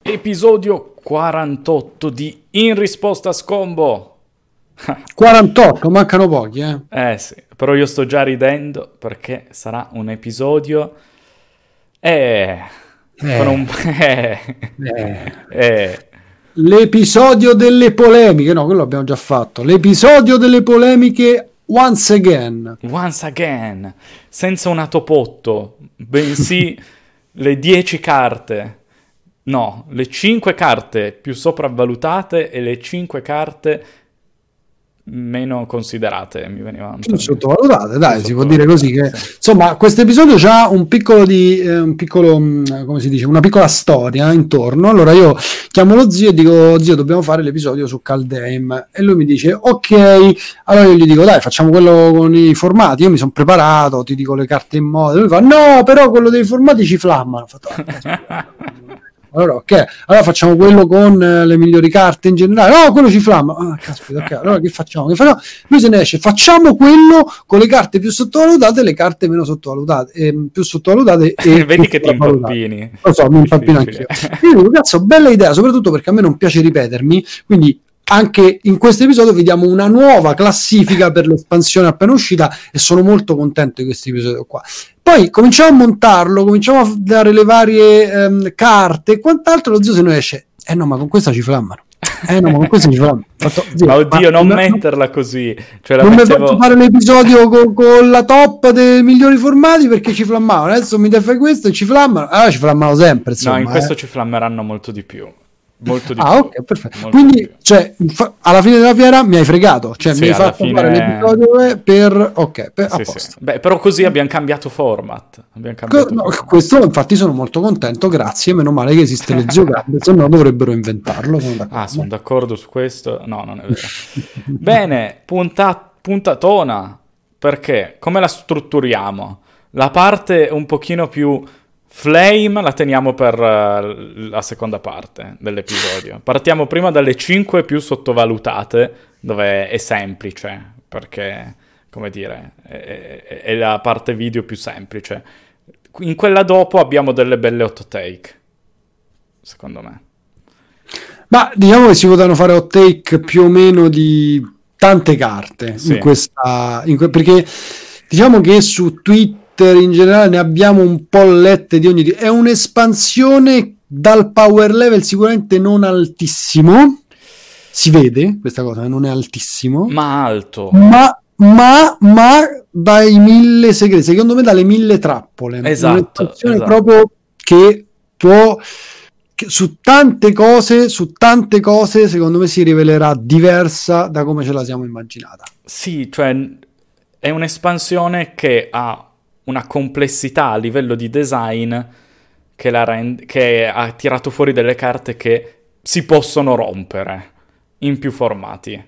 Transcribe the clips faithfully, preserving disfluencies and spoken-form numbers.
Episodio quarantotto di In risposta a Scombo. quarantotto, mancano pochi, eh. Eh sì, però io sto già ridendo perché sarà un episodio eh, Eh, con un eh, eh. eh. L'episodio delle polemiche, no, quello abbiamo già fatto. L'episodio delle polemiche once again. Once again, senza un atopotto, bensì le dieci carte. No, le cinque carte più sopravvalutate e le cinque carte meno considerate, mi venivano. Più sottovalutate, dai, Più si può dire così. Che, sì. Insomma, questo episodio ha un piccolo di, eh, un piccolo, mh, come si dice, una piccola storia intorno. Allora io chiamo lo zio e dico, zio, dobbiamo fare l'episodio su Kaldheim. E lui mi dice, ok, allora io gli dico, dai, facciamo quello con i formati. Io mi sono preparato, ti dico le carte in modo. Lui fa, no, però quello dei formati ci flammano. Ho fatto, ah, allora ok, allora facciamo quello con eh, le migliori carte in generale. No, quello ci flamma. Ah, caspita, ok, allora che facciamo? Che facciamo? Lui se ne esce, facciamo quello con le carte più sottovalutate e le carte meno sottovalutate, eh, più sottovalutate e vedi che ti impappini. Lo so, mi impappino anch'io. Io dico, cazzo, bella idea, soprattutto perché a me non piace ripetermi, quindi anche in questo episodio vediamo una nuova classifica per l'espansione appena uscita e sono molto contento di questo episodio qua. Poi cominciamo a montarlo, cominciamo a dare le varie ehm, carte e quant'altro, lo zio se ne esce, eh no, ma con questa ci flammano. Eh no, ma con questo ci flammano. Fatto, zio, ma oddio, ma non no, metterla così. Cioè, la non mettevo... mi faccio fare l'episodio con, con la top dei migliori formati perché ci flammavano. Adesso mi fai questo e ci flammano. Ah, ci flammano sempre. Insomma, no, in questo eh. ci flammeranno molto di più. Molto di ah, più. ok, perfetto. Molto Quindi, cioè, fa- alla fine della fiera mi hai fregato. Cioè, sì, mi hai alla fatto fine... fare l'episodio per... Ok, per, sì, a posto. sì. Beh, però così abbiamo cambiato format. Abbiamo cambiato Co- no, format. questo, infatti, sono molto contento. Grazie. Meno male che esiste lo zio Gabbo, se no dovrebbero inventarlo. Sono d'accordo. Ah, sono d'accordo su questo? No, non è vero. Bene, punta- puntatona. Perché? Come la strutturiamo? La parte un pochino più flame la teniamo per uh, la seconda parte dell'episodio. Partiamo prima dalle cinque più sottovalutate, dove è semplice, perché, come dire, è, è, è la parte video più semplice. In quella dopo abbiamo delle belle hot take, secondo me. Ma diciamo che si potranno fare hot take più o meno di tante carte Sì. in questa, in que- perché diciamo che su Twitter in generale ne abbiamo un po' lette di ogni tipo. È un'espansione dal power level sicuramente non altissimo, si vede questa cosa, non è altissimo, Ma alto. ma ma, ma dai mille segreti, secondo me dalle mille trappole. Esatto, è un'espansione esatto. proprio che può che su tante cose, su tante cose secondo me si rivelerà diversa da come ce la siamo immaginata. Sì, cioè è un'espansione che ha una complessità a livello di design che, la rend- che ha tirato fuori delle carte che si possono rompere in più formati.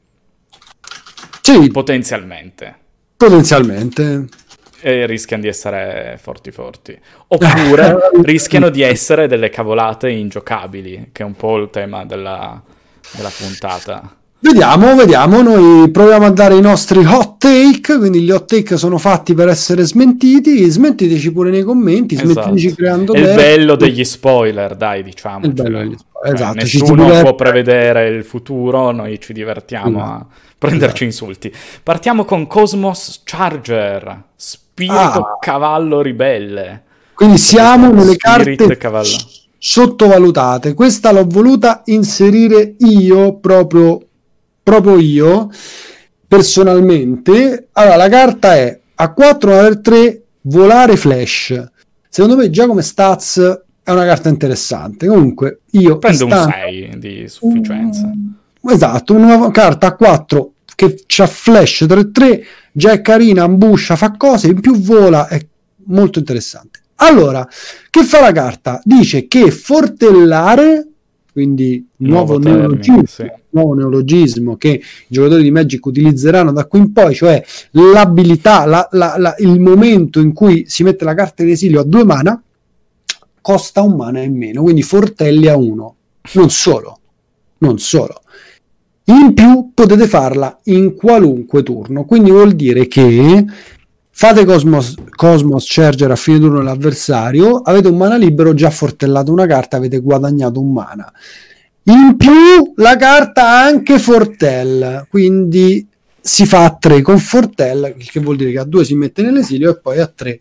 Sì, Potenzialmente. potenzialmente. E rischiano di essere forti forti. Oppure rischiano di essere delle cavolate ingiocabili, che è un po' il tema della, della puntata. Vediamo, vediamo, noi proviamo a dare i nostri hot take, quindi gli hot take sono fatti per essere smentiti, smentiteci pure nei commenti, smetteteci Esatto. creando È il idee. bello degli spoiler, dai, diciamo. Il bello degli spoiler, esatto, ci si Nessuno diverte. può prevedere il futuro, noi ci divertiamo Esatto. a prenderci insulti. Partiamo con Cosmos Charger, spirito Ah. cavallo ribelle. Quindi siamo nelle Spirit carte cavallo. sottovalutate. Questa l'ho voluta inserire io, proprio, proprio io, personalmente. Allora, la carta è a quattro per tre volare flash. Secondo me già come stats è una carta interessante. Comunque io... Prende un istante- sei di sufficienza. Mm, esatto, una nuova carta a quattro che c'ha flash tre tre, già è carina, ambuscia, fa cose, in più vola, è molto interessante. Allora, che fa la carta? Dice che fortellare, quindi nuovo, Nuovo termine, neologismo, sì. nuovo neologismo che i giocatori di Magic utilizzeranno da qui in poi, cioè l'abilità, la, la, la, il momento in cui si mette la carta in esilio a due mana, costa un mana in meno, quindi fortelli a uno. Non solo, non solo. In più potete farla in qualunque turno, quindi vuol dire che fate Cosmos, Cosmos Charger a fine turno dell'avversario, avete un mana libero, già fortellato una carta, avete guadagnato un mana. In più la carta ha anche Fortell, quindi si fa a tre con Fortell, il che vuol dire che a due si mette nell'esilio e poi a tre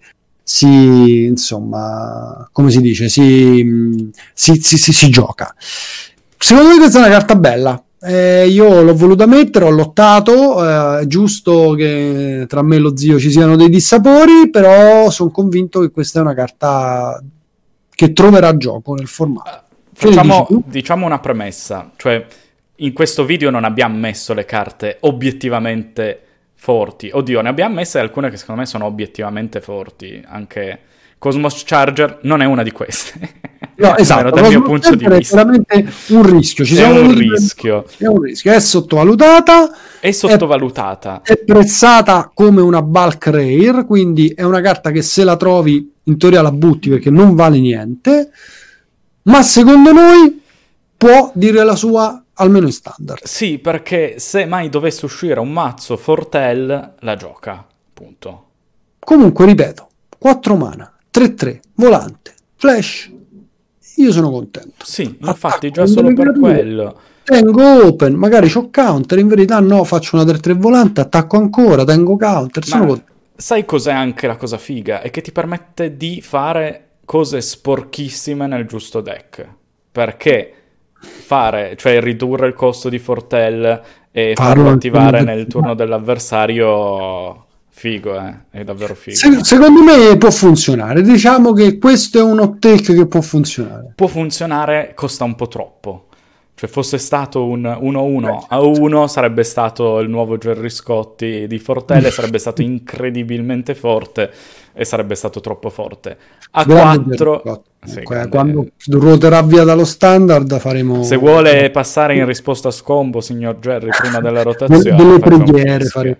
si, insomma, come si dice, si, si, si, si, si gioca. Secondo me questa è una carta bella. Eh, io l'ho voluta mettere, ho lottato, è eh, giusto che tra me e lo zio ci siano dei dissapori, però sono convinto che questa è una carta che troverà gioco nel formato. Facciamo, diciamo una premessa, cioè in questo video non abbiamo messo le carte obiettivamente forti. Oddio, ne abbiamo messe alcune che secondo me sono obiettivamente forti, anche Cosmos Charger non è una di queste. No, esatto, dal mio punto di vista è veramente un rischio. Ci è, un rischio. è un rischio. È sottovalutata. È sottovalutata. È, è prezzata come una bulk rare, quindi è una carta che se la trovi in teoria la butti perché non vale niente. Ma secondo noi può dire la sua almeno in standard. Sì, perché se mai dovesse uscire un mazzo Fortell la gioca, punto. Comunque ripeto, quattro mana, tre tre, volante, flash. Io sono contento. Sì, infatti attacco, già solo per quello. Tengo open, magari c'ho counter, in verità no, faccio una tre tre volante, attacco ancora, tengo counter, sono contento. Sai cos'è anche la cosa figa? È che ti permette di fare cose sporchissime nel giusto deck. Perché fare, cioè ridurre il costo di Fortell e farlo, farlo attivare nel turno dell'avversario... Figo, eh? È davvero figo. Se, secondo me può funzionare. Diciamo che questo è un hot take che può funzionare. Può funzionare, costa un po' troppo. Cioè, fosse stato un uno uno a uno, sarebbe stato il nuovo Gerry Scotti di Fortell, sarebbe stato incredibilmente forte e sarebbe stato troppo forte. A quattro... Sì, quando ruoterà via dallo standard faremo... Se vuole passare in risposta a scombo, signor Gerry, prima della rotazione... Delle preghiere faremo.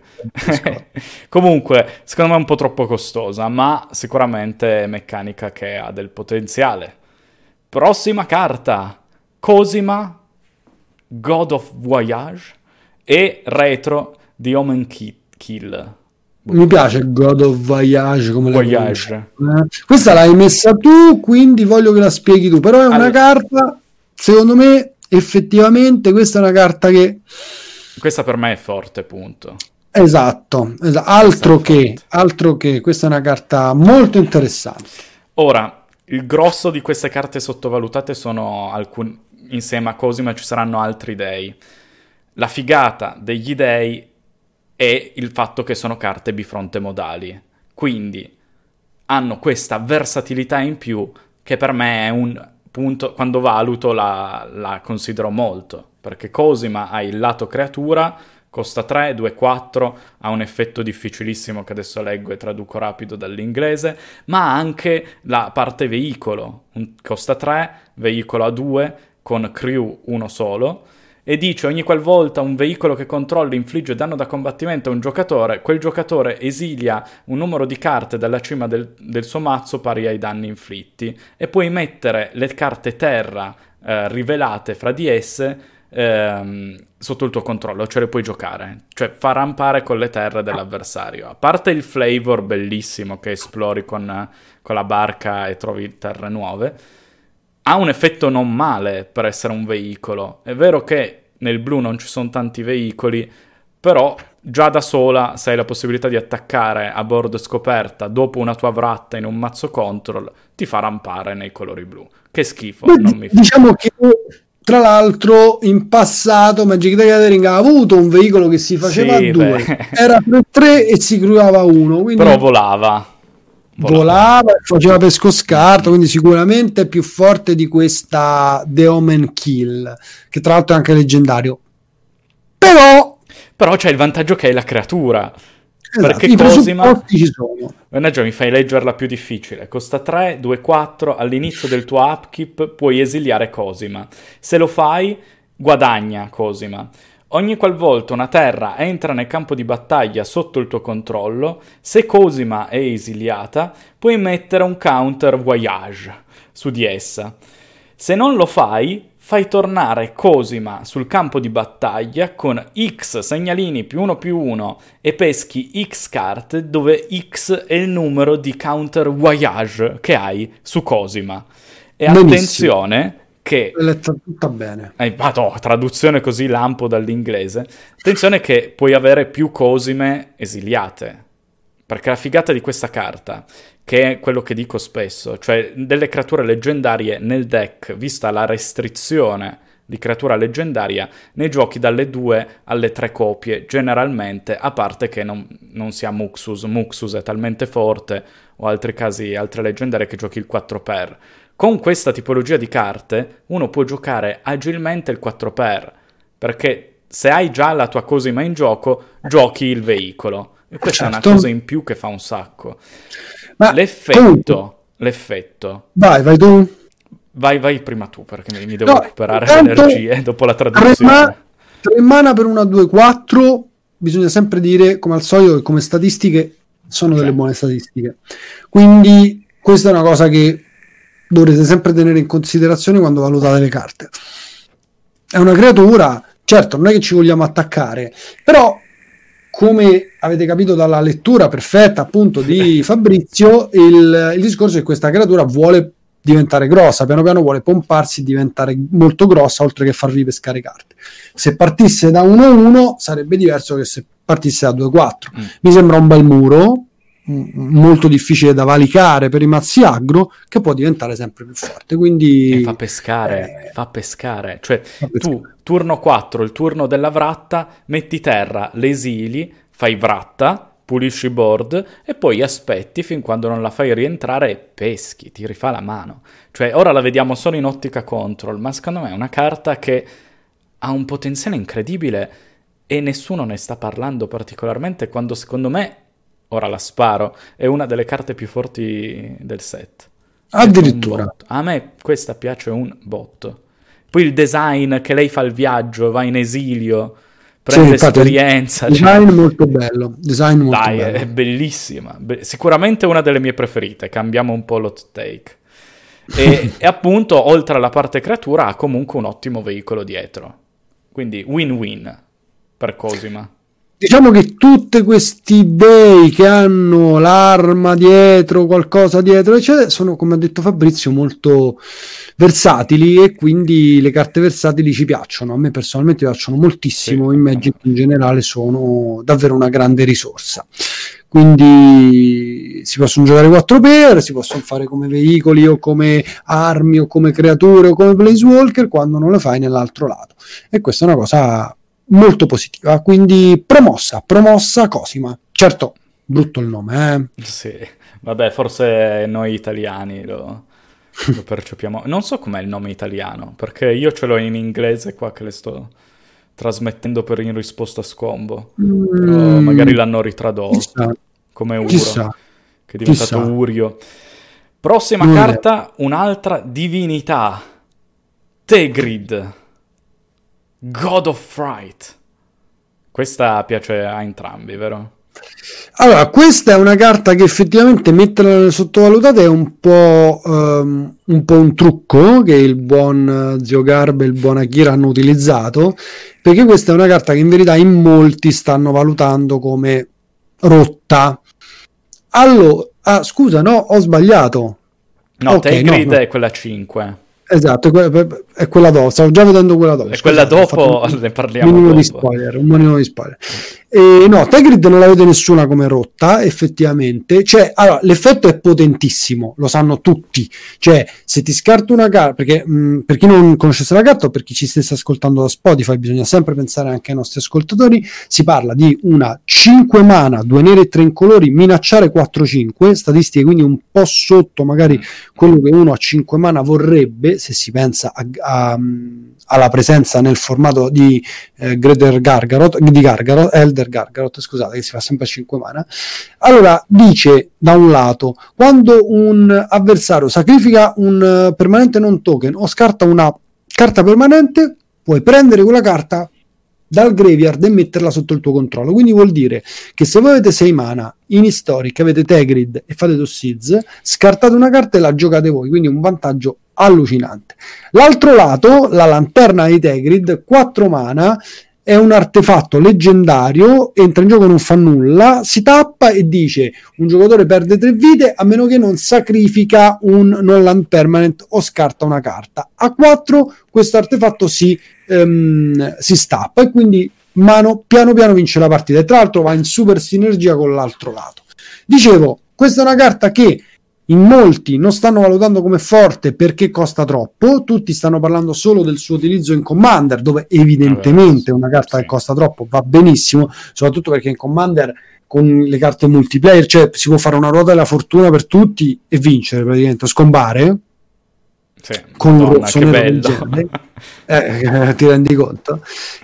Comunque, secondo me è un po' troppo costosa, ma sicuramente è meccanica che ha del potenziale. Prossima carta, Cosima, God of Voyage e retro di Omen Kill. Mi piace God of Voyage come Voyage. La eh? Questa l'hai messa tu, quindi voglio che la spieghi tu. Però è una allora, carta, secondo me, effettivamente questa è una carta che... Questa per me è forte, punto. Esatto, esatto. Altro, che, altro che, questa è una carta molto interessante. Ora, il grosso di queste carte sottovalutate sono alcuni... Insieme a Cosima ci saranno altri dei. La figata degli dei è il fatto che sono carte bifronte modali. Quindi hanno questa versatilità in più che per me è un punto, quando valuto la, la considero molto. Perché Cosima ha il lato creatura, costa tre, due, quattro, ha un effetto difficilissimo che adesso leggo e traduco rapido dall'inglese, ma ha anche la parte veicolo, un, costa tre, veicolo a due, con crew uno solo, e dice ogni qualvolta un veicolo che controlli infligge danno da combattimento a un giocatore, quel giocatore esilia un numero di carte dalla cima del, del suo mazzo pari ai danni inflitti, e puoi mettere le carte terra eh, rivelate fra di esse ehm, sotto il tuo controllo, cioè le puoi giocare, cioè fa rampare con le terre dell'avversario. A parte il flavor bellissimo che esplori con, con la barca e trovi terre nuove, ha un effetto non male per essere un veicolo. È vero che nel blu non ci sono tanti veicoli, però già da sola, se hai la possibilità di attaccare a board scoperta dopo una tua vratta in un mazzo control, ti fa rampare nei colori blu. Che schifo. Beh, non mi fa. Diciamo che tra l'altro in passato Magic the Gathering ha avuto un veicolo che si faceva sì, a due, beh. Era tre tre e si cruava uno. Quindi... Però volava. volava, faceva pesco scarto, quindi sicuramente è più forte di questa The Omen Kill, che tra l'altro è anche leggendario. Però però c'è il vantaggio che è la creatura. Esatto, perché i Cosima ci sono. Mannaggia, mi fai leggerla più difficile. Costa tre, due, quattro, all'inizio del tuo upkeep puoi esiliare Cosima. Se lo fai, guadagna Cosima. Ogni qualvolta una terra entra nel campo di battaglia sotto il tuo controllo, se Cosima è esiliata, puoi mettere un counter Voyage su di essa. Se non lo fai, fai tornare Cosima sul campo di battaglia con X segnalini più uno più uno e peschi X carte dove X è il numero di counter voyage che hai su Cosima. E Benissimo. Attenzione che... L'ho letta tutta bene. Eh, vado, traduzione così lampo dall'inglese. Attenzione che puoi avere più Cosime esiliate. Perché la figata di questa carta, che è quello che dico spesso, cioè delle creature leggendarie nel deck, vista la restrizione di creatura leggendaria, nei giochi dalle due alle tre copie, generalmente, a parte che non, non sia Muxus. Muxus è talmente forte, o altri casi, altre leggendarie che giochi il quattro per. Con questa tipologia di carte, uno può giocare agilmente il quattro per, perché se hai già la tua Cosima in gioco, giochi il veicolo. E questa certo. è una cosa in più che fa un sacco. Ma l'effetto, comunque... l'effetto. Vai, vai tu. Vai, vai prima tu, perché mi, mi devo no, recuperare le energie dopo la traduzione. Tre, ma- tre mana per una due quattro, bisogna sempre dire, come al solito, che come statistiche sono cioè. delle buone statistiche. Quindi questa è una cosa che dovrete sempre tenere in considerazione quando valutate le carte. È una creatura, certo, non è che ci vogliamo attaccare, però... come avete capito dalla lettura perfetta appunto di Fabrizio, il, il discorso è che questa creatura vuole diventare grossa, piano piano vuole pomparsi, diventare molto grossa, oltre che farvi pescare carte. Se partisse da uno uno sarebbe diverso che se partisse da due quattro. Mm. Mi sembra un bel muro, molto difficile da valicare per i mazzi aggro, che può diventare sempre più forte, quindi e fa pescare, eh, fa pescare, cioè fa pescare. Tu turno quattro, il turno della vratta, metti terra, l'esili, fai vratta, pulisci board e poi aspetti fin quando non la fai rientrare e peschi, ti rifà la mano. Cioè ora la vediamo solo in ottica control, ma secondo me è una carta che ha un potenziale incredibile e nessuno ne sta parlando particolarmente, quando secondo me, ora la sparo, è una delle carte più forti del set. Addirittura. A me questa piace un botto. Poi il design che lei fa il viaggio, va in esilio, prende sì, esperienza. Design cioè... molto bello. Design molto Dai, bello. È bellissima. Be- sicuramente una delle mie preferite. Cambiamo un po' l'hot take. E, e appunto, oltre alla parte creatura, ha comunque un ottimo veicolo dietro. Quindi win-win per Cosima. Diciamo che tutti questi dei che hanno l'arma dietro, qualcosa dietro, eccetera, sono, come ha detto Fabrizio, molto versatili, e quindi le carte versatili ci piacciono. A me personalmente piacciono moltissimo, sì. In Magic in generale sono davvero una grande risorsa. Quindi si possono giocare quattro per, si possono fare come veicoli o come armi o come creature o come planeswalker quando non le fai nell'altro lato. E questa è una cosa molto positiva, quindi promossa, promossa Cosima. Certo, brutto il nome, eh? Sì, vabbè, forse noi italiani lo, lo percepiamo. Non so com'è il nome italiano, perché io ce l'ho in inglese qua che le sto trasmettendo per in risposta a Scombo. Mm, però magari l'hanno ritradotto chissà, come Uro, chissà, che è diventato chissà. Urio. Prossima non carta, è. Un'altra divinità, Tegrid, God of Fright. Questa piace a entrambi, vero? Allora, questa è una carta che effettivamente metterla nelle sottovalutate è un po', um, un po' un trucco che il buon Zio Garbe e il buon Akira hanno utilizzato, perché questa è una carta che in verità in molti stanno valutando come rotta. Allora, ah, scusa, no, ho sbagliato. No, okay, Tegrid no, no. È quella cinque. Esatto, è quella, è quella dopo, stavo già vedendo quella dopo. E quella dopo un, ne parliamo minimo dopo. Di spoiler, un minimo di spoiler. E no, Tegrid non la vede nessuna come rotta, effettivamente. Cioè, allora, l'effetto è potentissimo, lo sanno tutti. Cioè, se ti scarto una carta, perché mh, per chi non conoscesse la carta o per chi ci stesse ascoltando da Spotify, bisogna sempre pensare anche ai nostri ascoltatori, si parla di una cinque mana, due nere e tre incolori, minacciare quattro cinque, statistiche quindi un po' sotto magari quello che uno a cinque mana vorrebbe, se si pensa a, a, alla presenza nel formato di eh, Greater Gargaroth, di Gargaroth, Elder Gargaroth, scusate, che si fa sempre a cinque mana. Allora, dice da un lato, quando un avversario sacrifica un uh, permanente non token o scarta una carta permanente, puoi prendere quella carta dal graveyard e metterla sotto il tuo controllo. Quindi vuol dire che se voi avete sei mana in historic, avete Tegrid e fate Tossiz, scartate una carta e la giocate voi, quindi un vantaggio allucinante. L'altro lato, la lanterna di Tegrid, quattro mana, è un artefatto leggendario, entra in gioco, non fa nulla, si tappa e dice un giocatore perde tre vite a meno che non sacrifica un non land permanent o scarta una carta. A quattro questo artefatto si, um, si stappa e quindi mano, piano piano vince la partita, e tra l'altro va in super sinergia con l'altro lato. Dicevo, questa è una carta che in molti non stanno valutando come forte perché costa troppo, tutti stanno parlando solo del suo utilizzo in Commander, dove evidentemente una carta sì. che costa troppo va benissimo, soprattutto perché in Commander con le carte multiplayer, cioè si può fare una ruota della fortuna per tutti e vincere praticamente, scombare sì, con Madonna, un rosso che nero bello. del genere, eh, ti rendi conto?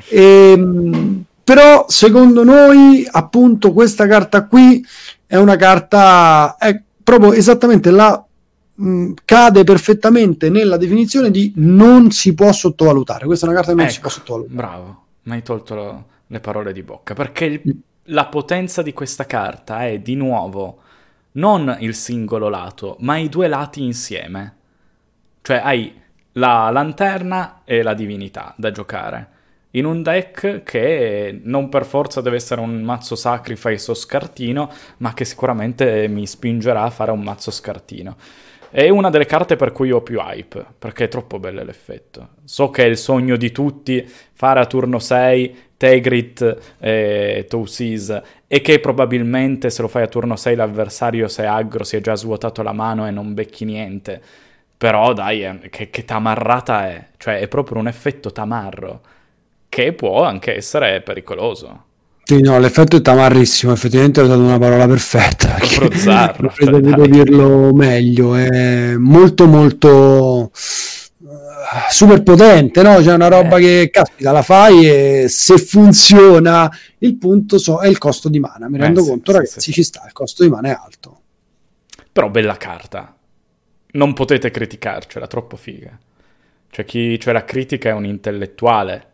E, però secondo noi appunto questa carta qui è una carta... È, proprio esattamente la mh, cade perfettamente nella definizione di non si può sottovalutare. Questa è una carta che non ecco, si può sottovalutare. Bravo, mi hai tolto lo, le parole di bocca, perché il, mm. la potenza di questa carta è di nuovo non il singolo lato, ma i due lati insieme. Cioè hai la lanterna e la divinità da giocare in un deck che non per forza deve essere un mazzo sacrifice o scartino, ma che sicuramente mi spingerà a fare un mazzo scartino. È una delle carte per cui ho più hype, perché è troppo bello l'effetto. So che è il sogno di tutti fare a turno sei Tegrit e Tousis, e che probabilmente se lo fai a turno sei l'avversario, se è aggro, si è già svuotato la mano e non becchi niente. Però dai, è, che, che tamarrata è. Cioè è proprio un effetto tamarro, che può anche essere pericoloso. Sì, no, l'effetto è tamarrissimo, effettivamente ho usato una parola perfetta. Zarro, cioè, dovuto dirlo meglio, è molto molto uh, super potente, no? C'è una roba eh. che, caspita, la fai e se funziona, il punto so, è il costo di mana, mi rendo eh, conto, sì, ragazzi, sì, ci sta, il costo di mana è alto. Però bella carta, non potete criticarcela, troppo figa. Cioè chi cioè la critica è un intellettuale.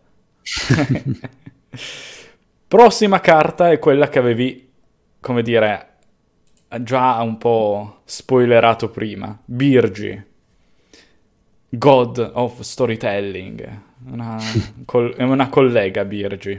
Prossima carta è quella che avevi, come dire, già un po' spoilerato prima. Birgi, God of Storytelling, una, col- è una collega Birgi.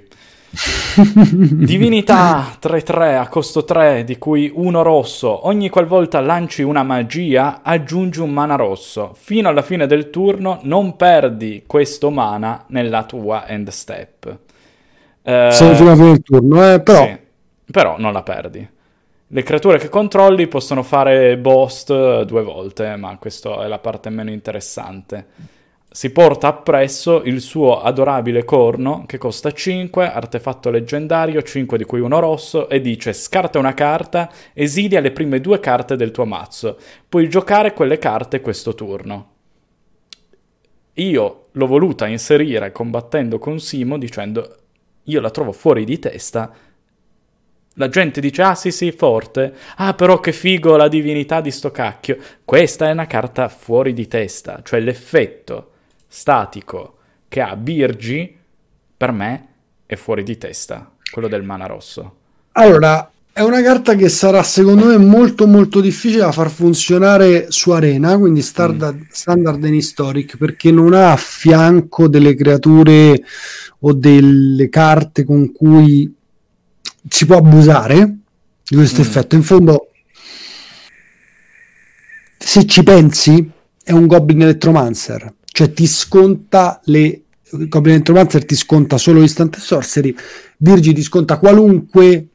Divinità tre tre a costo tre, di cui uno rosso. Ogni qualvolta lanci una magia aggiungi un mana rosso. Fino alla fine del turno non perdi questo mana nella tua end step. Uh, Solo fino alla fine del turno, eh, però. Sì, però non la perdi. Le creature che controlli possono fare bost due volte, ma questa è la parte meno interessante. Si porta appresso il suo adorabile corno, che costa cinque, artefatto leggendario, cinque di cui uno rosso, e dice: scarta una carta, esilia le prime due carte del tuo mazzo. Puoi giocare quelle carte questo turno. Io l'ho voluta inserire combattendo con Simo, dicendo: io la trovo fuori di testa. La gente dice: ah sì sì, forte. Ah però che figo la divinità di sto cacchio. Questa è una carta fuori di testa. Cioè l'effetto statico che ha Birgi, per me, è fuori di testa. Quello del mana rosso. Allora, è una carta che sarà secondo me molto molto difficile da far funzionare su Arena, quindi standard, mm. standard and historic, perché non ha a fianco delle creature o delle carte con cui si può abusare di questo mm. effetto. In fondo, se ci pensi, è un Goblin Electromancer, cioè ti sconta le Goblin Electromancer ti sconta solo Instant Sorcery, Birgi ti sconta qualunque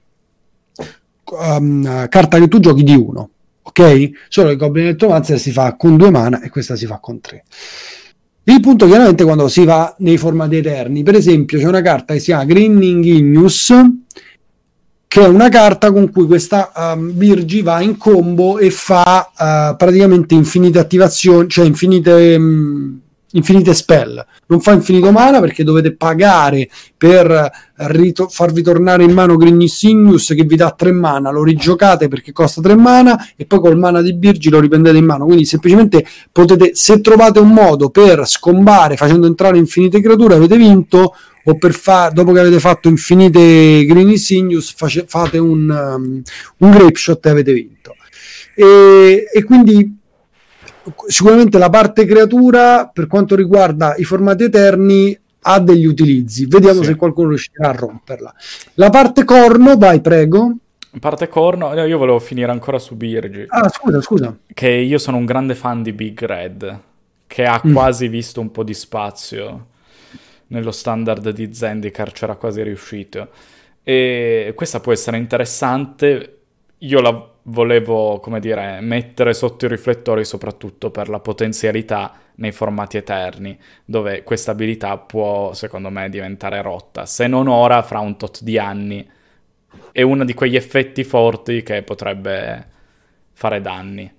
um, carta che tu giochi di uno, ok? Solo che Goblin Electromancer si fa con due mana e questa si fa con tre. Il punto chiaramente quando si va nei formati eterni, per esempio c'è una carta che si chiama Grinning Igneous, che è una carta con cui questa um, Birgi va in combo e fa uh, praticamente infinite attivazioni, cioè infinite, um, infinite spell. Non fa infinito mana perché dovete pagare per rito- farvi tornare in mano Grinning Igneous, che vi dà tre mana, lo rigiocate perché costa tre mana e poi col mana di Birgi lo riprendete in mano. Quindi semplicemente potete, se trovate un modo per scombare facendo entrare infinite creature, avete vinto. O per fa- dopo che avete fatto infinite Grinning Igneous face- fate un, um, un Grape Shot e avete vinto. E, e quindi sicuramente la parte creatura, per quanto riguarda i formati eterni, ha degli utilizzi. Vediamo Sì. se qualcuno riuscirà a romperla. La parte corno, vai, prego. Parte corno, no, io volevo finire ancora su Birgi, Ah, scusa, scusa. che io sono un grande fan di Big Red, che ha Mm. quasi visto un po' di spazio nello standard di Zendikar, c'era quasi riuscito. E questa può essere interessante, io la volevo, come dire, mettere sotto i riflettori soprattutto per la potenzialità nei formati eterni, dove questa abilità può, secondo me, diventare rotta, se non ora, fra un tot di anni. È uno di quegli effetti forti che potrebbe fare danni.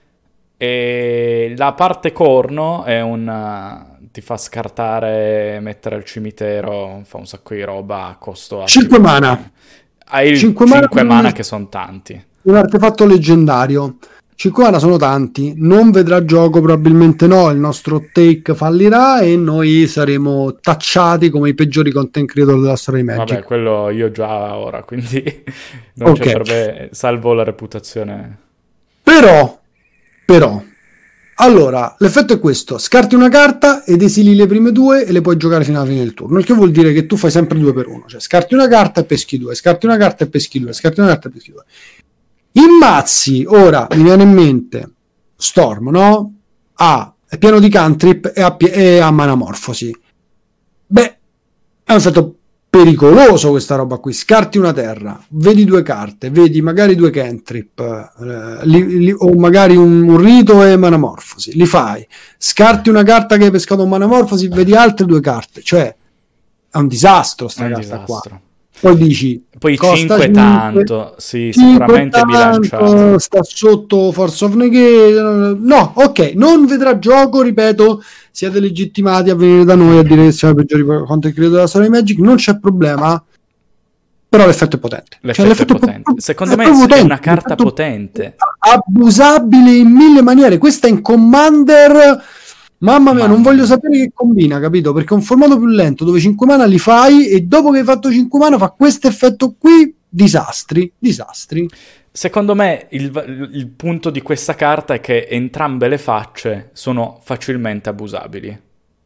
E la parte corno è un... ti fa scartare, mettere al cimitero, fa un sacco di roba a costo alto. cinque mana. Hai il cinque cinque mana, mana che sono tanti. Un artefatto leggendario. cinque mana sono tanti, non vedrà gioco, probabilmente no, il nostro take fallirà e noi saremo tacciati come i peggiori content creator della storia di Magic. Vabbè, quello io già ora, quindi non Ok. c'è per me, salvo la reputazione. Però, però, allora, l'effetto è questo: scarti una carta ed esili le prime due e le puoi giocare fino alla fine del turno, il che vuol dire che tu fai sempre due per uno, cioè scarti una carta e peschi due, scarti una carta e peschi due, scarti una carta e peschi due. Immazzi, ora mi viene in mente Storm, no? Ha è pieno di cantrip e ha, e ha manamorfosi. Beh, è un effetto pericoloso questa roba qui. Scarti una terra, vedi due carte, vedi magari due cantrip, eh, li, li, o magari un, un rito e manamorfosi, li fai. Scarti una carta che hai pescato un manamorfosi, vedi altre due carte. Cioè, è un disastro sta È un carta disastro. qua. Poi dici Poi costa cinque cinque, tanto, sì, cinque sicuramente tanto, bilanciato. sta sotto Force of Negation. No, ok, non vedrà gioco, ripeto, siete legittimati a venire da noi a dire che siamo i peggiori content creator della storia di Magic, non c'è problema, però l'effetto è potente. L'effetto Cioè, l'effetto è potente. proprio- Secondo è me proprio è potente, una carta l'effetto potente. abusabile in mille maniere. Questa in Commander, mamma mia, Mamma non voglio mia. sapere che combina, capito? Perché è un formato più lento dove cinque mana li fai e dopo che hai fatto cinque mana fa questo effetto qui, disastri, disastri. Secondo me il, il punto di questa carta è che entrambe le facce sono facilmente abusabili.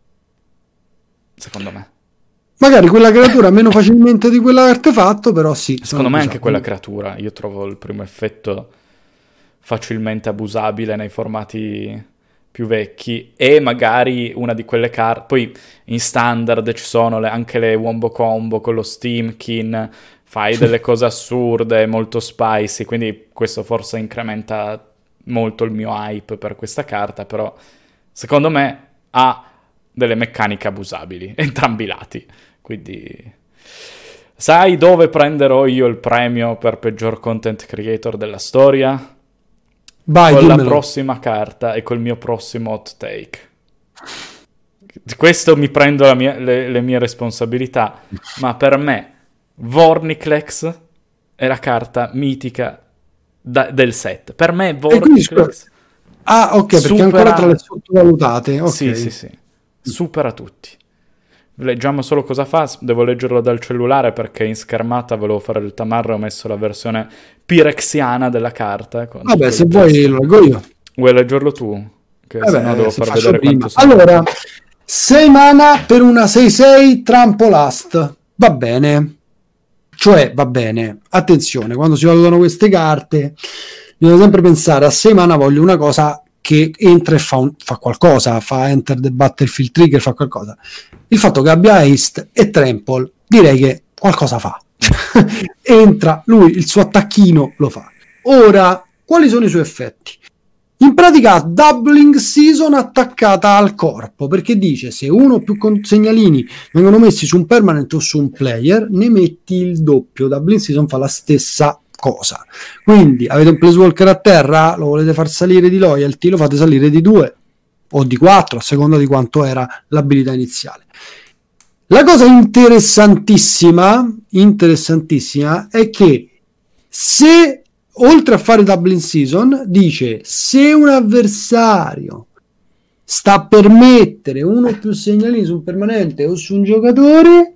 Secondo me. Magari quella creatura meno facilmente di quell'artefatto, però sì. Secondo me anche abusabili. quella creatura. Io trovo il primo effetto facilmente abusabile nei formati più vecchi e magari una di quelle carte. Poi in standard ci sono le, anche le Wombo Combo con lo Steamkin, fai delle cose assurde, molto spicy, quindi questo forse incrementa molto il mio hype per questa carta, però secondo me ha delle meccaniche abusabili, entrambi i lati, quindi sai dove prenderò io il premio per peggior content creator della storia? Vai, Con la dimmelo. prossima carta e col mio prossimo hot take. Di questo mi prendo la mia- le, le mie responsabilità, ma per me Vorniclex è la carta mitica da- del set. Per me quindi, scusa, Vorniclex Ah, ok, perché è ancora supera... tra le sottovalutate. Ok. Sì, sì, sì. Supera tutti. Leggiamo solo cosa fa. Devo leggerlo dal cellulare perché in schermata volevo fare il tamarro e ho messo la versione pirexiana della carta. con Vabbè, tutto se il vuoi testo. lo leggo io. Vuoi leggerlo tu? Che Vabbè, se no devo se far faccio vedere prima. quanto sono. Allora, sei mana per una sei sei Trampolist. Va bene. Cioè, va bene. Attenzione, quando si valutano queste carte, bisogna sempre pensare a sei mana voglio una cosa che entra e fa, un, fa qualcosa, fa enter the battlefield trigger, fa qualcosa. Il fatto che abbia haste e trample, direi che qualcosa fa. Entra, lui il suo attacchino lo fa. Ora, quali sono i suoi effetti? In pratica doubling season attaccata al corpo, perché dice se uno o più segnalini vengono messi su un permanent o su un player, ne metti il doppio. Doubling season fa la stessa cosa. Quindi avete un planeswalker a terra, lo volete far salire di loyalty, lo fate salire di due o di quattro a seconda di quanto era l'abilità iniziale. La cosa interessantissima interessantissima è che se oltre a fare doubling season dice se un avversario sta per mettere uno o più segnalini su un permanente o su un giocatore,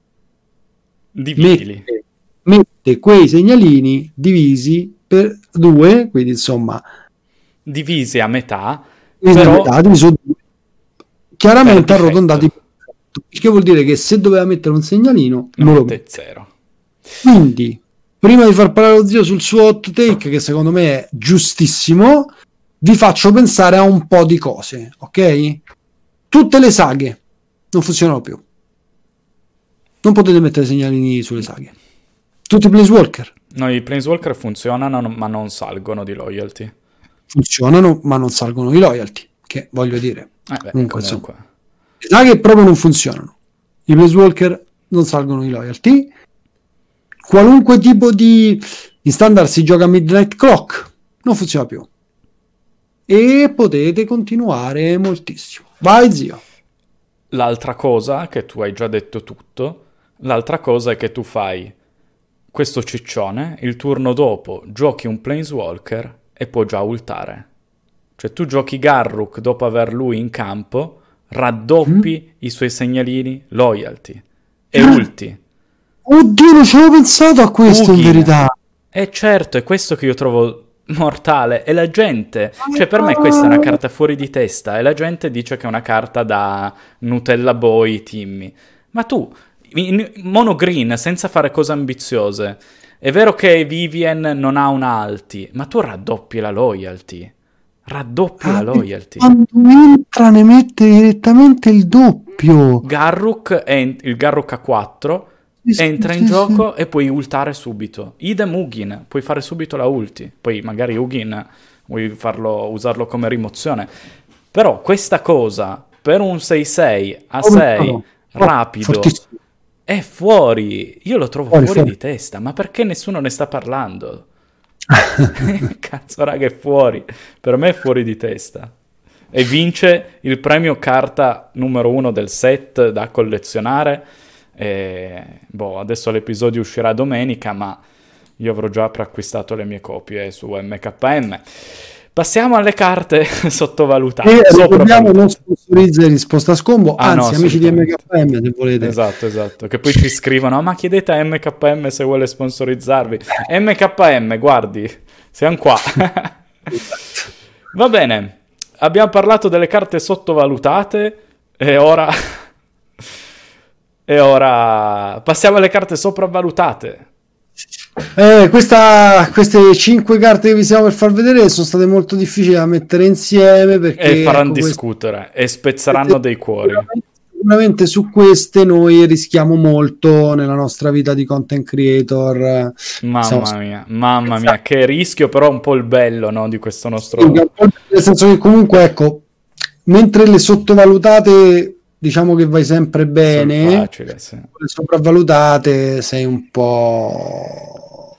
Dividili. mette, mette quei segnalini divisi per due, quindi insomma Divisi a metà Però... su... chiaramente arrotondati, il che vuol dire che se doveva mettere un segnalino non lo mette. Zero. Quindi prima di far parlare lo zio sul suo hot take, che secondo me è giustissimo, vi faccio pensare a un po' di cose, ok? Tutte le saghe non funzionano più, non potete mettere segnalini sulle saghe. Tutti i Planeswalker, no, i Planeswalker funzionano ma non salgono di loyalty. Funzionano ma non salgono di loyalty, che voglio dire, eh beh, comunque, comunque. Insomma, le saghe proprio non funzionano, i Planeswalker non salgono di loyalty. Qualunque tipo di in standard si gioca a Midnight Clock, non funziona più, e potete continuare moltissimo. Vai zio. L'altra cosa, che tu hai già detto tutto, l'altra cosa è che tu fai questo ciccione, il turno dopo giochi un Planeswalker e può già ultare. Cioè tu giochi Garruk dopo aver lui in campo, raddoppi mm. i suoi segnalini loyalty e mm. ulti. Oddio, non ci avevo pensato a questo, Ugin. In verità. E certo, è questo che io trovo mortale. E la gente, cioè per me questa è una carta fuori di testa, e la gente dice che è una carta da Nutella Boy Timmy. Ma tu, in mono green, senza fare cose ambiziose, è vero che Vivien non ha un alti, ma tu raddoppi la loyalty. Raddoppi ah, la loyalty. Quando entra ne mette direttamente il doppio. Garruk è il Garruk a quattro. Entra in gioco e puoi ultare subito. Idem Ugin, puoi fare subito la ulti. Poi magari Ugin vuoi farlo, usarlo come rimozione. Però questa cosa per un sei sei a sei oh, rapido fortissimo. È fuori. Io lo trovo fuori, fuori, fuori di testa. Ma perché nessuno ne sta parlando? Cazzo raga, è fuori. Per me è fuori di testa. E vince il premio carta numero uno del set da collezionare. E, boh, adesso l'episodio uscirà domenica, ma io avrò già preacquistato le mie copie su M K M. Passiamo alle carte sottovalutate. E ricordiamo, non sponsorizza risposta a scombo, ah, anzi, no, amici di M K M, se volete. Esatto, esatto. Che poi ci scrivono, ma chiedete a M K M se vuole sponsorizzarvi. M K M, guardi, siamo qua. Va bene, abbiamo parlato delle carte sottovalutate e ora... E ora passiamo alle carte sopravvalutate. Eh, questa, queste cinque carte che vi stiamo per far vedere sono state molto difficili da mettere insieme perché e faranno ecco, discutere queste... e spezzeranno dei cuori. Sicuramente su queste noi rischiamo molto nella nostra vita di content creator. Mamma Siamo... mia, mamma esatto. mia, che rischio, però un po' il bello, no, di questo nostro... Sì, nel senso che comunque, ecco, mentre le sottovalutate... diciamo che vai sempre bene, facile, sì. Le sopravvalutate sei un po'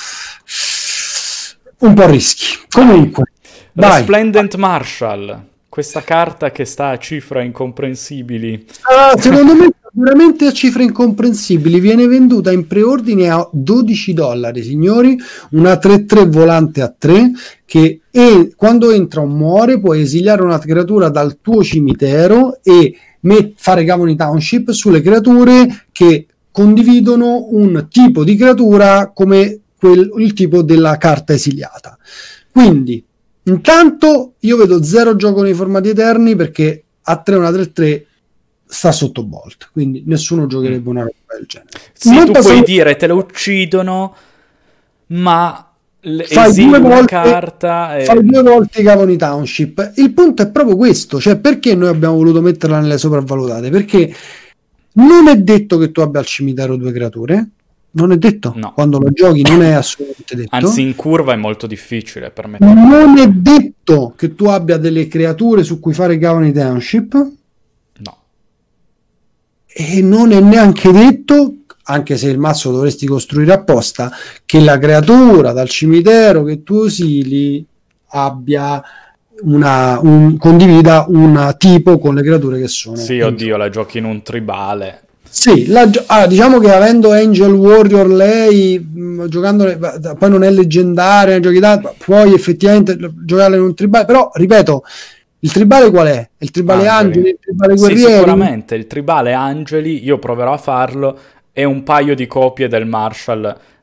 un po' rischi. Comunque, Resplendent Marshal, questa carta che sta a cifre incomprensibili. Ah, secondo me veramente a cifre incomprensibili, viene venduta in preordine a dodici dollari, signori, una tre tre volante a tre che e, quando entra o muore puoi esiliare una creatura dal tuo cimitero e fare Gavony Township sulle creature che condividono un tipo di creatura come quel, il tipo della carta esiliata. Quindi intanto io vedo zero gioco nei formati eterni perché a tre una tre tre sta sotto Bolt, quindi nessuno giocherebbe una roba del genere. Sì, non tu passo... puoi dire te lo uccidono, ma fai due, volte, carta e... fai due volte Gavony Township. Il punto è proprio questo, cioè perché noi abbiamo voluto metterla nelle sopravvalutate, perché non è detto che tu abbia al cimitero due creature, non è detto, no. Quando lo giochi non è assolutamente detto, anzi in curva è molto difficile per me. Non è detto che tu abbia delle creature su cui fare Gavony Township, no, e non è neanche detto, anche se il mazzo dovresti costruire apposta, che la creatura dal cimitero che tu esili abbia una un, condivida un tipo con le creature che sono. Sì, oddio, gioco. La giochi in un tribale. Sì, la, ah, diciamo che avendo Angel Warrior lei, mh, giocandole, poi non è leggendaria, giochi da, puoi effettivamente giocarla in un tribale, però ripeto, il tribale qual è? Il tribale Angeli, Angeli il tribale Guerrieri? Sì, sicuramente, il tribale Angeli, io proverò a farlo, e un paio di copie del Marshall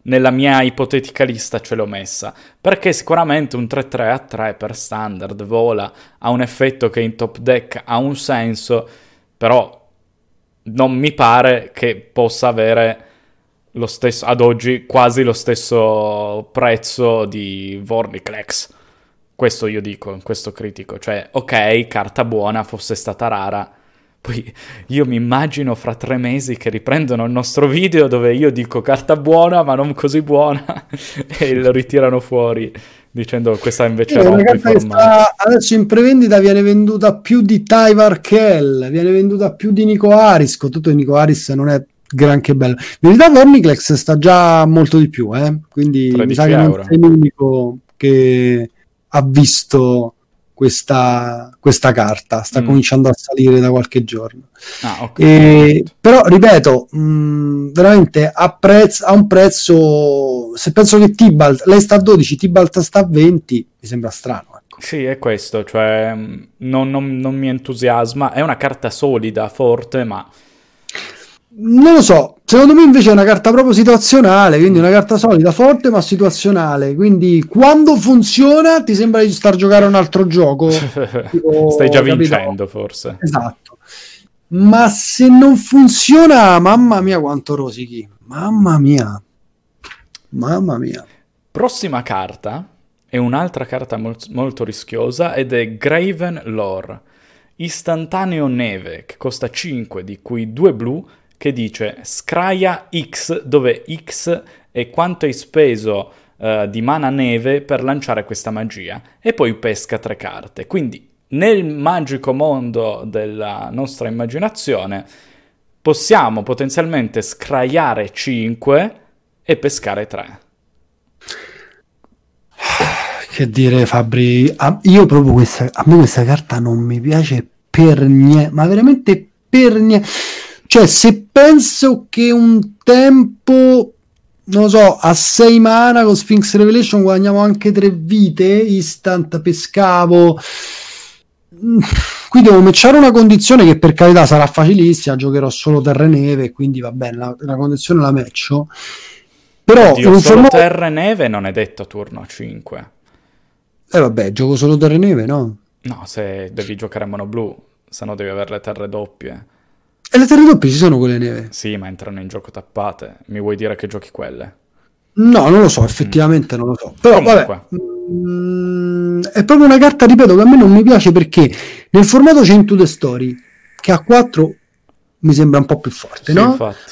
nella mia ipotetica lista ce l'ho messa, perché sicuramente un tre tre a tre per standard vola, ha un effetto che in top deck ha un senso, però non mi pare che possa avere lo stesso, ad oggi quasi lo stesso prezzo di Vorinclex. Questo io dico, questo critico, cioè ok, carta buona, fosse stata rara. Poi io mi immagino fra tre mesi che riprendono il nostro video dove io dico carta buona ma non così buona e lo ritirano fuori dicendo questa invece è era una un po' carta che sta adesso in prevendita, viene venduta più di Tyvar Kell, viene venduta più di Nico Haris, con tutto che Nico Haris non è granché bello. In verità Vorinclex sta già molto di più, eh? Quindi mi sa che non sei l'unico che ha visto questa, questa carta, sta mm. cominciando a salire da qualche giorno. Ah, okay. E, però ripeto, mh, veramente a, prezzo, a un prezzo, se penso che Tibalt, lei sta a dodici, Tibalt sta a venti, mi sembra strano. Ecco. Sì, è questo, cioè non, non, non mi entusiasma, è una carta solida, forte, ma... Non lo so, secondo me invece è una carta proprio situazionale, quindi una carta solida, forte ma situazionale, quindi quando funziona ti sembra di star giocare un altro gioco. Tipo, stai già capito? vincendo forse. Esatto, ma se non funziona, mamma mia quanto rosichi, mamma mia, mamma mia. Prossima carta è un'altra carta mol- molto rischiosa ed è Graven Lore, istantaneo neve che costa cinque, di cui due blu, che dice scraia X, dove X è quanto hai speso uh, di mana neve per lanciare questa magia, e poi pesca tre carte. Quindi nel magico mondo della nostra immaginazione possiamo potenzialmente scraiare cinque e pescare tre. Che dire, Fabri, a, io proprio questa, a me questa carta non mi piace per niente, ma veramente per niente. Cioè, se penso che un tempo, non lo so, a sei mana con Sphinx Revelation guadagniamo anche tre vite, instant pescavo. Qui devo matchare una condizione che per carità sarà facilissima, giocherò solo terra e neve, quindi va bene, la, la condizione la matcho. Però Oddio, solo formato... terra e neve non è detto turno cinque. Eh vabbè, gioco solo terra e neve, no? No, se devi giocare mono blu, se no devi avere le terre doppie. E le terre doppie ci sono quelle neve? Sì, ma entrano in gioco tappate. Mi vuoi dire che giochi quelle? No, non lo so, effettivamente mm. non lo so. Però comunque. Vabbè, mm, è proprio una carta, ripeto, che a me non mi piace perché nel formato c'è Into the Story, che a quattro mi sembra un po' più forte, sì, no? Infatti.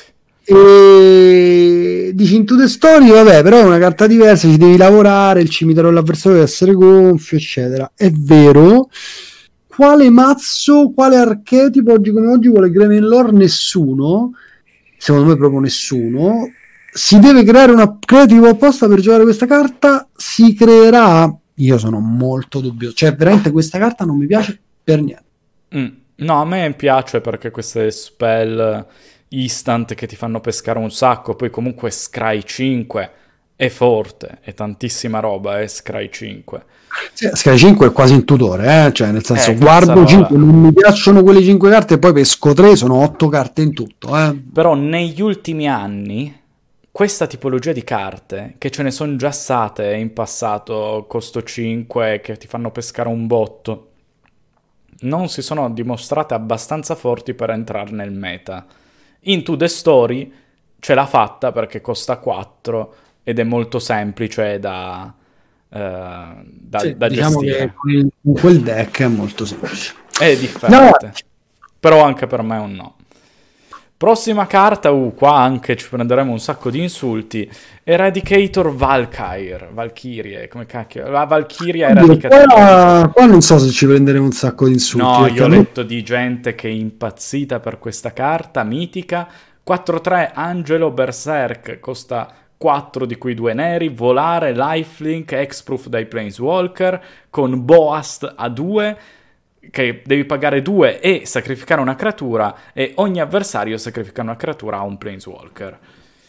E dici Into the Story, vabbè, però è una carta diversa, ci devi lavorare, il cimitero dell'avversario deve essere gonfio, eccetera. È vero. Quale mazzo, quale archetipo oggi come oggi vuole Graven Lore? Nessuno, secondo me proprio nessuno. Si deve creare un archetipo apposta per giocare questa carta, si creerà, io sono molto dubbioso, cioè veramente questa carta non mi piace per niente. Mm. No, a me piace perché queste spell instant che ti fanno pescare un sacco, poi comunque Scry cinque è forte, è tantissima roba, è Scry cinque. Sì, Scry cinque è quasi un tutore, eh? Cioè nel senso eh, guardo cinque, non mi piacciono quelle cinque carte e poi pesco tre, sono otto carte in tutto. Eh? Però negli ultimi anni questa tipologia di carte, che ce ne sono già state in passato, costo cinque, che ti fanno pescare un botto, non si sono dimostrate abbastanza forti per entrare nel meta. Into the Story ce l'ha fatta perché costa quattro ed è molto semplice da... Uh, da, sì, da diciamo gestire. Che con quel deck è molto semplice, è differente, no. Però anche per me è un no. Prossima carta, uh, qua anche ci prenderemo un sacco di insulti. Eradicator Valkyrie, Valkyrie, come cacchio? La Valkyria Eradicator. Qua, qua non so se ci prenderemo un sacco di insulti. No, io ho letto di gente che è impazzita per questa carta mitica. quattro tre Angelo Berserk, costa quattro di cui due neri, volare, lifelink, hexproof dai Planeswalker, con Boast a due, che devi pagare due e sacrificare una creatura, e ogni avversario sacrifica una creatura a un Planeswalker.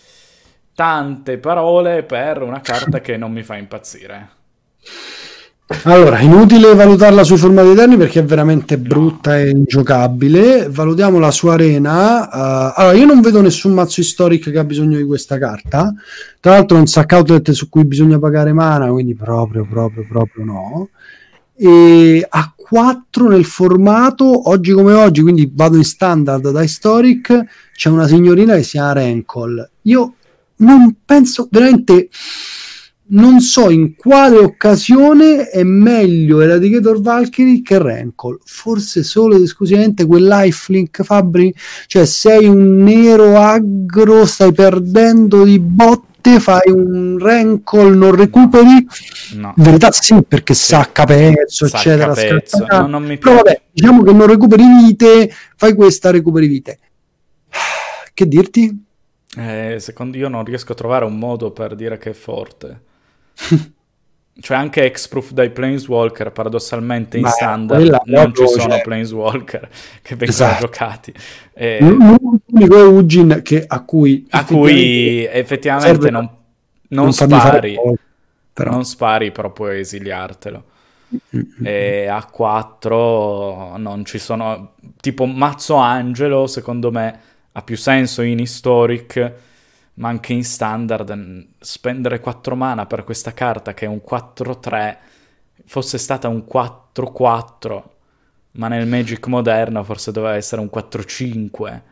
Tante parole per una carta che non mi fa impazzire. Allora, inutile valutarla sui formati eterni perché è veramente brutta e ingiocabile. Valutiamo la sua arena. Uh, allora, io non vedo nessun mazzo historic che ha bisogno di questa carta. Tra l'altro, è un sack outlet su cui bisogna pagare mana, quindi proprio, proprio, proprio no. E a quattro nel formato, oggi come oggi, quindi vado in standard da historic. C'è una signorina che si chiama Rankle. Io non penso veramente. Non so in quale occasione è meglio Eradicator Valkyrie che Rankle. Forse solo ed esclusivamente quel lifelink, Fabri? Cioè sei un nero aggro, stai perdendo di botte, fai un Rankle, non recuperi? No. In verità sì, perché sì. Sacca pezzo, Sacca eccetera. pezzo. No, non mi Però vabbè, diciamo che non recuperi vite, fai questa, recuperi vite. Che dirti? Eh, secondo io non riesco a trovare un modo per dire che è forte. Cioè anche Hexproof dai Planeswalker paradossalmente in Ma standard non ci sono cioè... Planeswalker che vengono esatto. giocati e... l'unico è Ugin che a cui a cui effettivamente non, non, non spari però. non spari però puoi esiliartelo. Mm-hmm. E a quattro non ci sono, tipo Mazzo Angelo secondo me ha più senso in historic, ma anche in standard spendere quattro mana per questa carta che è un quattro tre, fosse stata un quattro quattro, ma nel Magic moderno forse doveva essere un quattro cinque.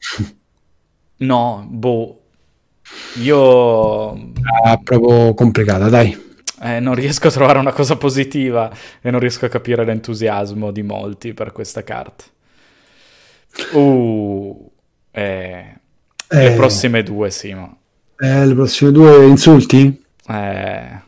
No, boh, io... È proprio complicata, dai. Eh, non riesco a trovare una cosa positiva e non riesco a capire l'entusiasmo di molti per questa carta. Uh, eh... Le eh, prossime due, Simo. Eh, le prossime due insulti? Eh,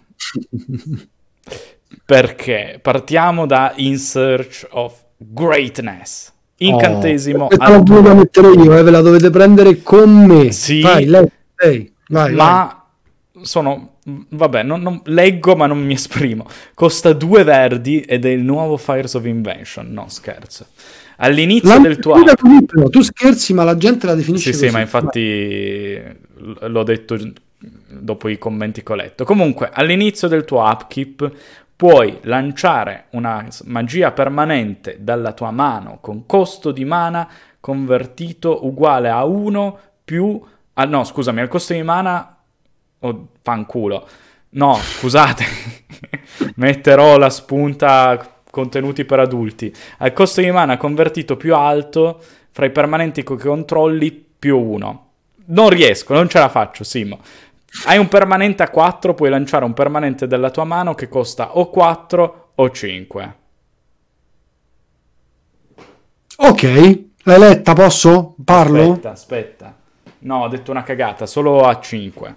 perché partiamo da In Search of Greatness. Incantesimo. Oh, la devo mettere io, eh, ve la dovete prendere con me. Sì, vai, lei, lei, vai, ma vai. Sono... Vabbè, non, non, leggo ma non mi esprimo. Costa due verdi ed è il nuovo Fires of Invention. No, scherzo. All'inizio la del tuo upkeep, tu scherzi, ma la gente la definisce sì, così. Sì, ma infatti l'ho detto dopo i commenti che ho letto. Comunque, all'inizio del tuo upkeep puoi lanciare una magia permanente dalla tua mano con costo di mana convertito uguale a uno più... Ah, no, scusami, al costo di mana... Oh, fanculo. No, scusate. Metterò la spunta... contenuti per adulti, al costo di mana convertito più alto fra i permanenti che controlli più uno. Non riesco, non ce la faccio, Simo. Hai un permanente a quattro, puoi lanciare un permanente della tua mano che costa o quattro o cinque. Ok, l'hai letta, posso? Parlo? Aspetta, aspetta. No, ho detto una cagata, solo a cinque.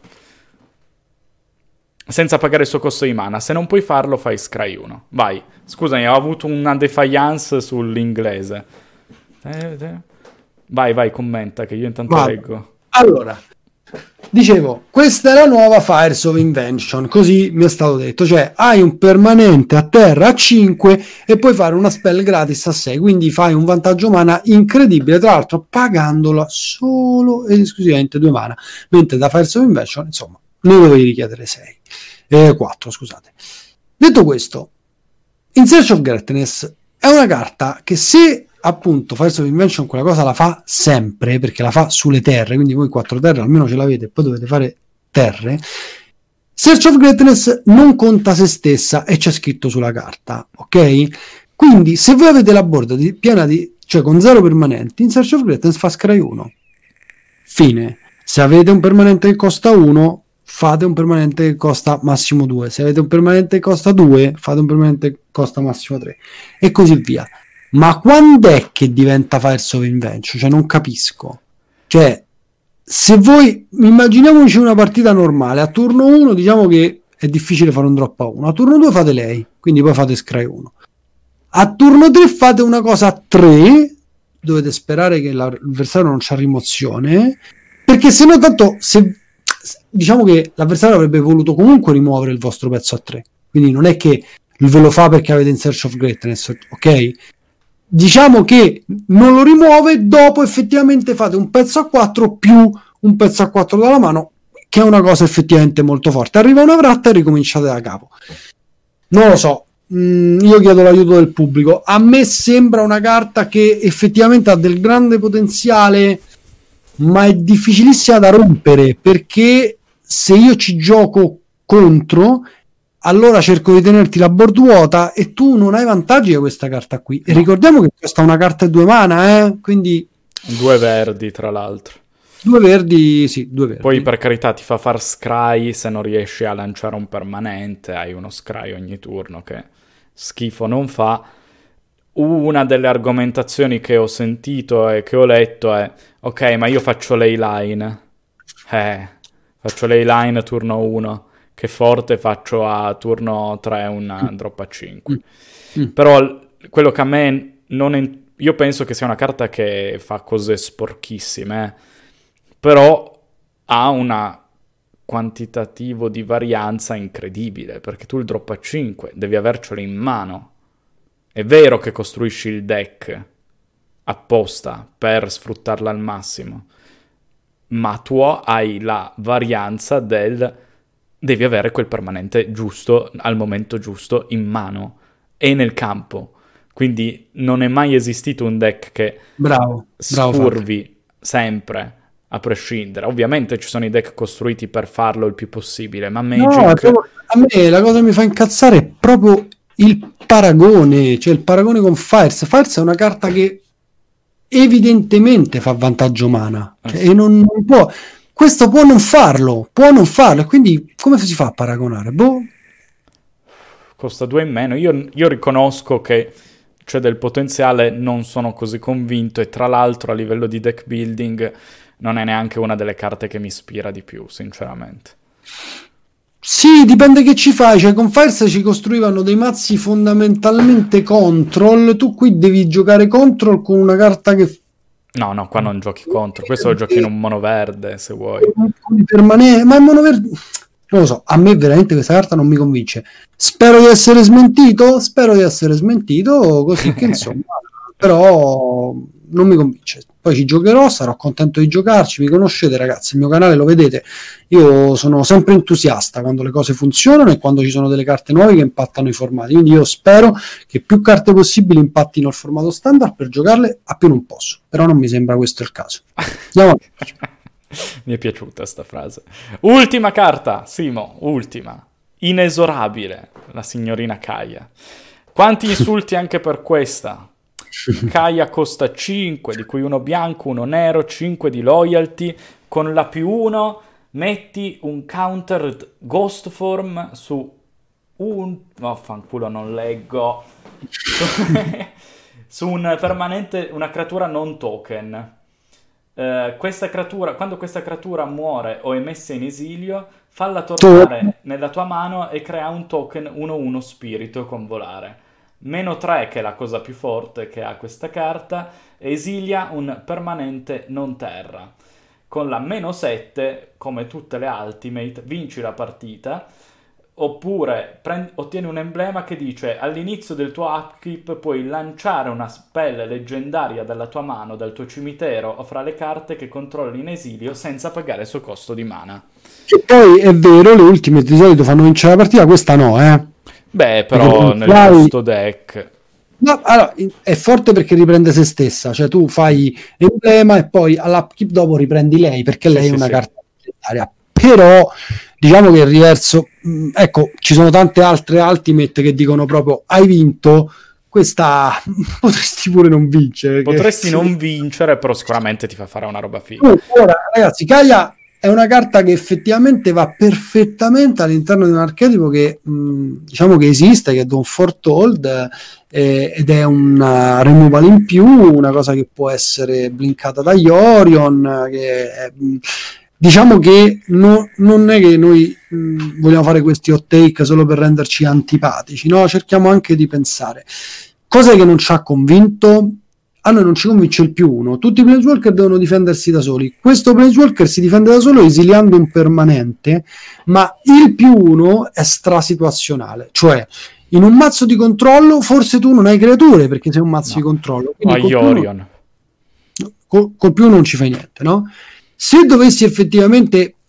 Senza pagare il suo costo di mana. Se non puoi farlo, fai scry uno. Vai. Scusami, ho avuto una defiance sull'inglese. Vai, vai, commenta che io intanto Vado. leggo. Allora, dicevo, questa è la nuova Fires of Invention, così mi è stato detto. Cioè, hai un permanente a terra a cinque e puoi fare una spell gratis a sei, quindi fai un vantaggio mana incredibile, tra l'altro pagandola solo ed esclusivamente due mana. Mentre da Fires of Invention, insomma, ne dovevi richiedere sei. Eh, quattro, scusate. Detto questo, In Search of Greatness è una carta che se appunto Fires of Invention quella cosa la fa sempre, perché la fa sulle terre, quindi voi quattro terre almeno ce l'avete e poi dovete fare terre, Search of Greatness non conta se stessa e c'è scritto sulla carta, ok? Quindi se voi avete la board di, piena di, cioè con zero permanenti, In Search of Greatness fa scry uno. Fine. Se avete un permanente che costa uno, fate un permanente che costa massimo due. Se avete un permanente che costa due, fate un permanente che costa massimo tre. E così via. Ma quando è che diventa Fires of Invention? Cioè, non capisco. Cioè, se voi... Immaginiamoci una partita normale. A turno uno, diciamo che è difficile fare un drop a uno. A turno due fate lei, quindi poi fate scry uno. A turno tre fate una cosa a tre. Dovete sperare che l'avversario non c'ha rimozione. Perché se no, tanto... se diciamo che l'avversario avrebbe voluto comunque rimuovere il vostro pezzo a tre, quindi non è che ve lo fa perché avete In Search of Greatness, ok? Diciamo che non lo rimuove, dopo effettivamente fate un pezzo a quattro più un pezzo a quattro dalla mano, che è una cosa effettivamente molto forte. Arriva una vratta e ricominciate da capo. Non lo so, mh, io chiedo l'aiuto del pubblico. A me sembra una carta che effettivamente ha del grande potenziale, ma è difficilissima da rompere, perché se io ci gioco contro, allora cerco di tenerti la board vuota e tu non hai vantaggi da questa carta qui. E ricordiamo che costa una carta e due mana, eh? Quindi due verdi, tra l'altro. Due verdi, sì, due verdi. Poi per carità ti fa far scry se non riesci a lanciare un permanente, hai uno scry ogni turno che schifo non fa. Una delle argomentazioni che ho sentito e che ho letto è: ok, ma io faccio leyline. Eh, faccio leyline turno uno. Che forte, faccio a turno tre una drop a cinque. Mm. Mm. Però quello che a me non... È, io penso che sia una carta che fa cose sporchissime, eh. Però ha una quantitativo di varianza incredibile, perché tu il drop a cinque devi avercelo in mano. È vero che costruisci il deck apposta per sfruttarla al massimo, ma tu hai la varianza del devi avere quel permanente giusto al momento giusto in mano e nel campo. Quindi non è mai esistito un deck che bravo, bravo scurvi Fabio. sempre a prescindere. Ovviamente ci sono i deck costruiti per farlo il più possibile, ma Magic... No, proprio, a me la cosa che mi fa incazzare è proprio il paragone, cioè il paragone con Fires. Fires è una carta che evidentemente fa vantaggio mana, cioè, eh sì. E non, non può... Questo può non farlo, può non farlo, quindi come si fa a paragonare? Boh. Costa due in meno. Io, io riconosco che c'è del potenziale, non sono così convinto, e tra l'altro a livello di deck building non è neanche una delle carte che mi ispira di più, sinceramente. Sì, dipende che ci fai, cioè con Fires ci costruivano dei mazzi fondamentalmente control, tu qui devi giocare control con una carta che... No, no, qua non giochi contro, questo lo giochi in un mono verde, se vuoi. Permane... Ma è mono verde... Non lo so, a me veramente questa carta non mi convince. Spero di essere smentito, spero di essere smentito, così che insomma, però non mi convince. Poi ci giocherò, sarò contento di giocarci, mi conoscete ragazzi, il mio canale lo vedete, io sono sempre entusiasta quando le cose funzionano e quando ci sono delle carte nuove che impattano i formati, quindi io spero che più carte possibili impattino il formato standard per giocarle a più non posso, però non mi sembra questo il caso. Andiamo avanti. Mi è piaciuta sta frase. Ultima carta, Simo, ultima. Inesorabile, la signorina Kaya. Quanti insulti anche per questa. Kaya costa cinque, di cui uno bianco, uno nero, cinque di loyalty. Con la più uno metti un counter ghost form su un... Vaffanculo, non leggo. Su un permanente, una creatura non token. Uh, questa creatura, quando questa creatura muore o è messa in esilio, falla tornare nella tua mano e crea un token uno uno spirito con volare. Meno tre, che è la cosa più forte che ha questa carta, esilia un permanente non terra. Con la meno sette, come tutte le ultimate, vinci la partita. Oppure prendi, ottieni un emblema che dice: all'inizio del tuo upkeep puoi lanciare una spell leggendaria dalla tua mano, dal tuo cimitero o fra le carte che controlli in esilio senza pagare il suo costo di mana. Che poi è vero, le ultime di solito fanno vincere la partita, questa no, eh. Beh, però nel fai... giusto deck. No, allora, è forte perché riprende se stessa, cioè tu fai emblema e poi all'upkeep dopo riprendi lei, perché lei sì, è una sì, carta leggendaria. Però diciamo che il riverso, mh, ecco, ci sono tante altre ultimate che dicono proprio hai vinto, questa potresti pure non vincere. Potresti che, non sì. vincere, però sicuramente ti fa fare una roba figa. Ora, ragazzi, Kaya è una carta che effettivamente va perfettamente all'interno di un archetipo che mh, diciamo che esiste, che è Don't Foretold, eh, ed è una removal in più, una cosa che può essere blinkata dagli Orion, che è, mh, diciamo che no, non è che noi mh, vogliamo fare questi hot take solo per renderci antipatici, no? Cerchiamo anche di pensare. Cosa che non ci ha convinto? A noi non ci convince il più uno. Tutti i planeswalker devono difendersi da soli. Questo planeswalker si difende da solo esiliando un permanente, ma il più uno è strasituazionale. Cioè, in un mazzo di controllo forse tu non hai creature perché sei un mazzo no. di controllo. Hai Orion. Col, col più non ci fai niente, no? Se dovessi effettivamente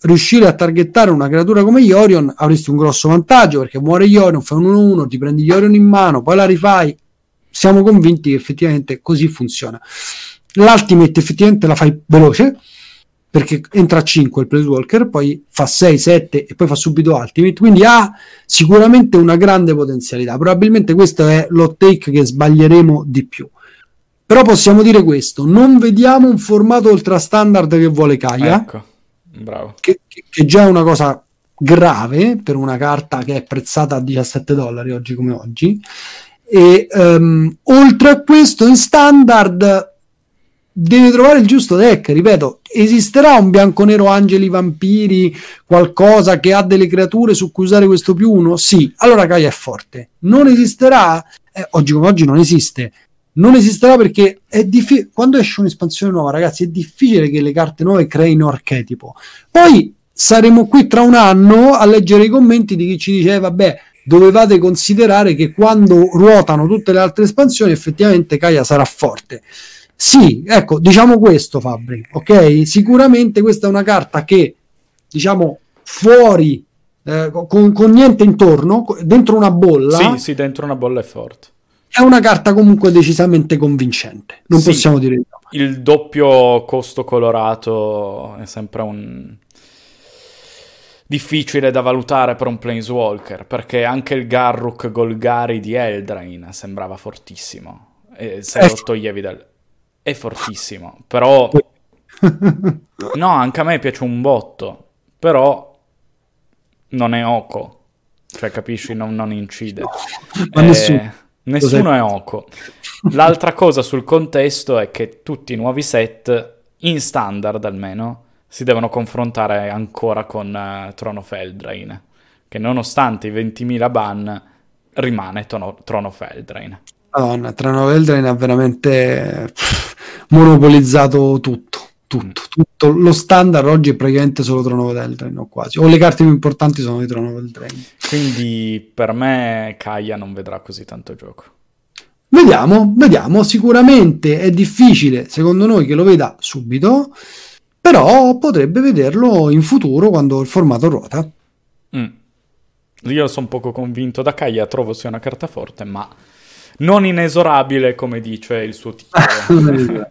riuscire a targettare una creatura come Yorion avresti un grosso vantaggio, perché muore Yorion, fai un uno uno, ti prendi Yorion in mano, poi la rifai. Siamo convinti che effettivamente così funziona. L'ultimate effettivamente la fai veloce, perché entra a cinque il Planeswalker, poi fa sei, sette e poi fa subito Ultimate, quindi ha sicuramente una grande potenzialità. Probabilmente questo è l'hot take che sbaglieremo di più. Però possiamo dire questo, non vediamo un formato ultra standard che vuole Kaya, ecco, bravo. Che, che, che già è una cosa grave per una carta che è prezzata a diciassette dollari oggi come oggi. E um, oltre a questo in standard deve trovare il giusto deck, ripeto, esisterà un bianco-nero angeli vampiri, qualcosa che ha delle creature su cui usare questo più uno? Sì, allora Kaya è forte. Non esisterà? Eh, oggi come oggi non esiste. Non esisterà perché è difficile, quando esce un'espansione nuova, ragazzi, è difficile che le carte nuove creino archetipo. Poi saremo qui tra un anno a leggere i commenti di chi ci dice eh, vabbè, dovevate considerare che quando ruotano tutte le altre espansioni effettivamente Kaya sarà forte. Sì, ecco, diciamo questo, Fabri, ok? Sicuramente questa è una carta che, diciamo, fuori, eh, con, con niente intorno, dentro una bolla. Sì, sì, dentro una bolla è forte. È una carta comunque decisamente convincente, non sì, possiamo dire no. Il doppio costo colorato è sempre un... difficile da valutare per un Planeswalker, perché anche il Garruk Golgari di Eldraine sembrava fortissimo, e se è lo toglievi dal... è fortissimo, però no, anche a me piace un botto, però non è Oko, cioè capisci, non, non incide. Ma eh, nessuno, nessuno è Oko. L'altra cosa sul contesto è che tutti i nuovi set, in standard almeno, si devono confrontare ancora con uh, Throne of Eldraine, che nonostante i ventimila ban rimane tono- Throne of Eldraine. Madonna, Throne of Eldraine ha veramente pff, monopolizzato tutto, tutto, mm. tutto. Lo standard oggi è praticamente solo Throne of Eldraine, o quasi, o le carte più importanti sono di Throne of Eldraine. Quindi per me Kaya non vedrà così tanto gioco. Vediamo, vediamo, sicuramente è difficile, secondo noi, che lo veda subito, però potrebbe vederlo in futuro quando il formato ruota. Mm. Io sono poco convinto da Kaya, trovo sia una carta forte, ma non inesorabile, come dice il suo titolo.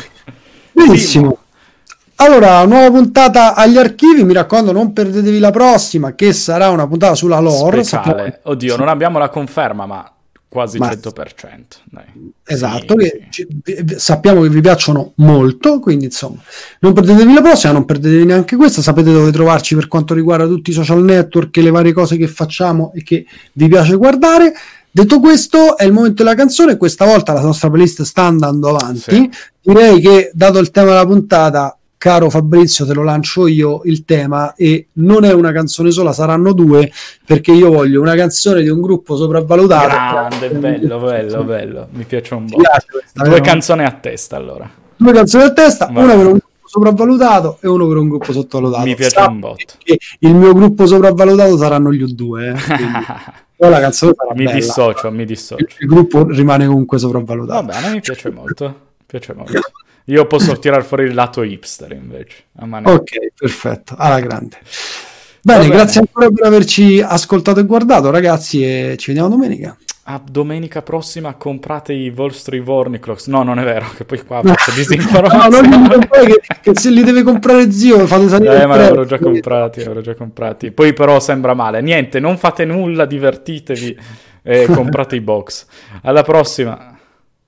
Benissimo. Allora, nuova puntata agli archivi, mi raccomando non perdetevi la prossima, che sarà una puntata sulla lore. Sappiamo... Oddio, non abbiamo la conferma, ma quasi ma... cento per cento. Dai. Esatto, sì, che sì. Ci, sappiamo che vi piacciono molto, quindi insomma non perdetevi la prossima, non perdetevi neanche questa, sapete dove trovarci per quanto riguarda tutti i social network e le varie cose che facciamo e che vi piace guardare. Detto questo, è il momento della canzone, questa volta la nostra playlist sta andando avanti, sì. Direi che dato il tema della puntata, caro Fabrizio, te lo lancio io il tema, e non è una canzone sola, saranno due, perché io voglio una canzone di un gruppo sopravvalutato. Grande, bello, bello, bello, mi piace un po'. Due no? canzoni a testa allora. Due canzoni a testa, Va. una per un gruppo sopravvalutato e uno per un gruppo sottovalutato. Mi piace Sappi un botto. Il mio gruppo sopravvalutato saranno gli U due, eh, la canzone sarà mi bella. dissocio, mi dissocio. Il gruppo rimane comunque sopravvalutato. Va bene, mi piace molto, mi piace molto. Io posso tirare fuori il lato hipster invece. Ok, perfetto, alla grande. Bene, bene, grazie ancora per averci ascoltato e guardato, ragazzi, e ci vediamo domenica. A domenica prossima comprate i vostri Vorniclox. No, non è vero, che poi qua faccio disinformazione. No, non che, che se li deve comprare zio, fate salire Eh, ma li avrò già comprati, avrò già comprati. Poi però sembra male. Niente, non fate nulla, divertitevi e comprate i box. Alla prossima.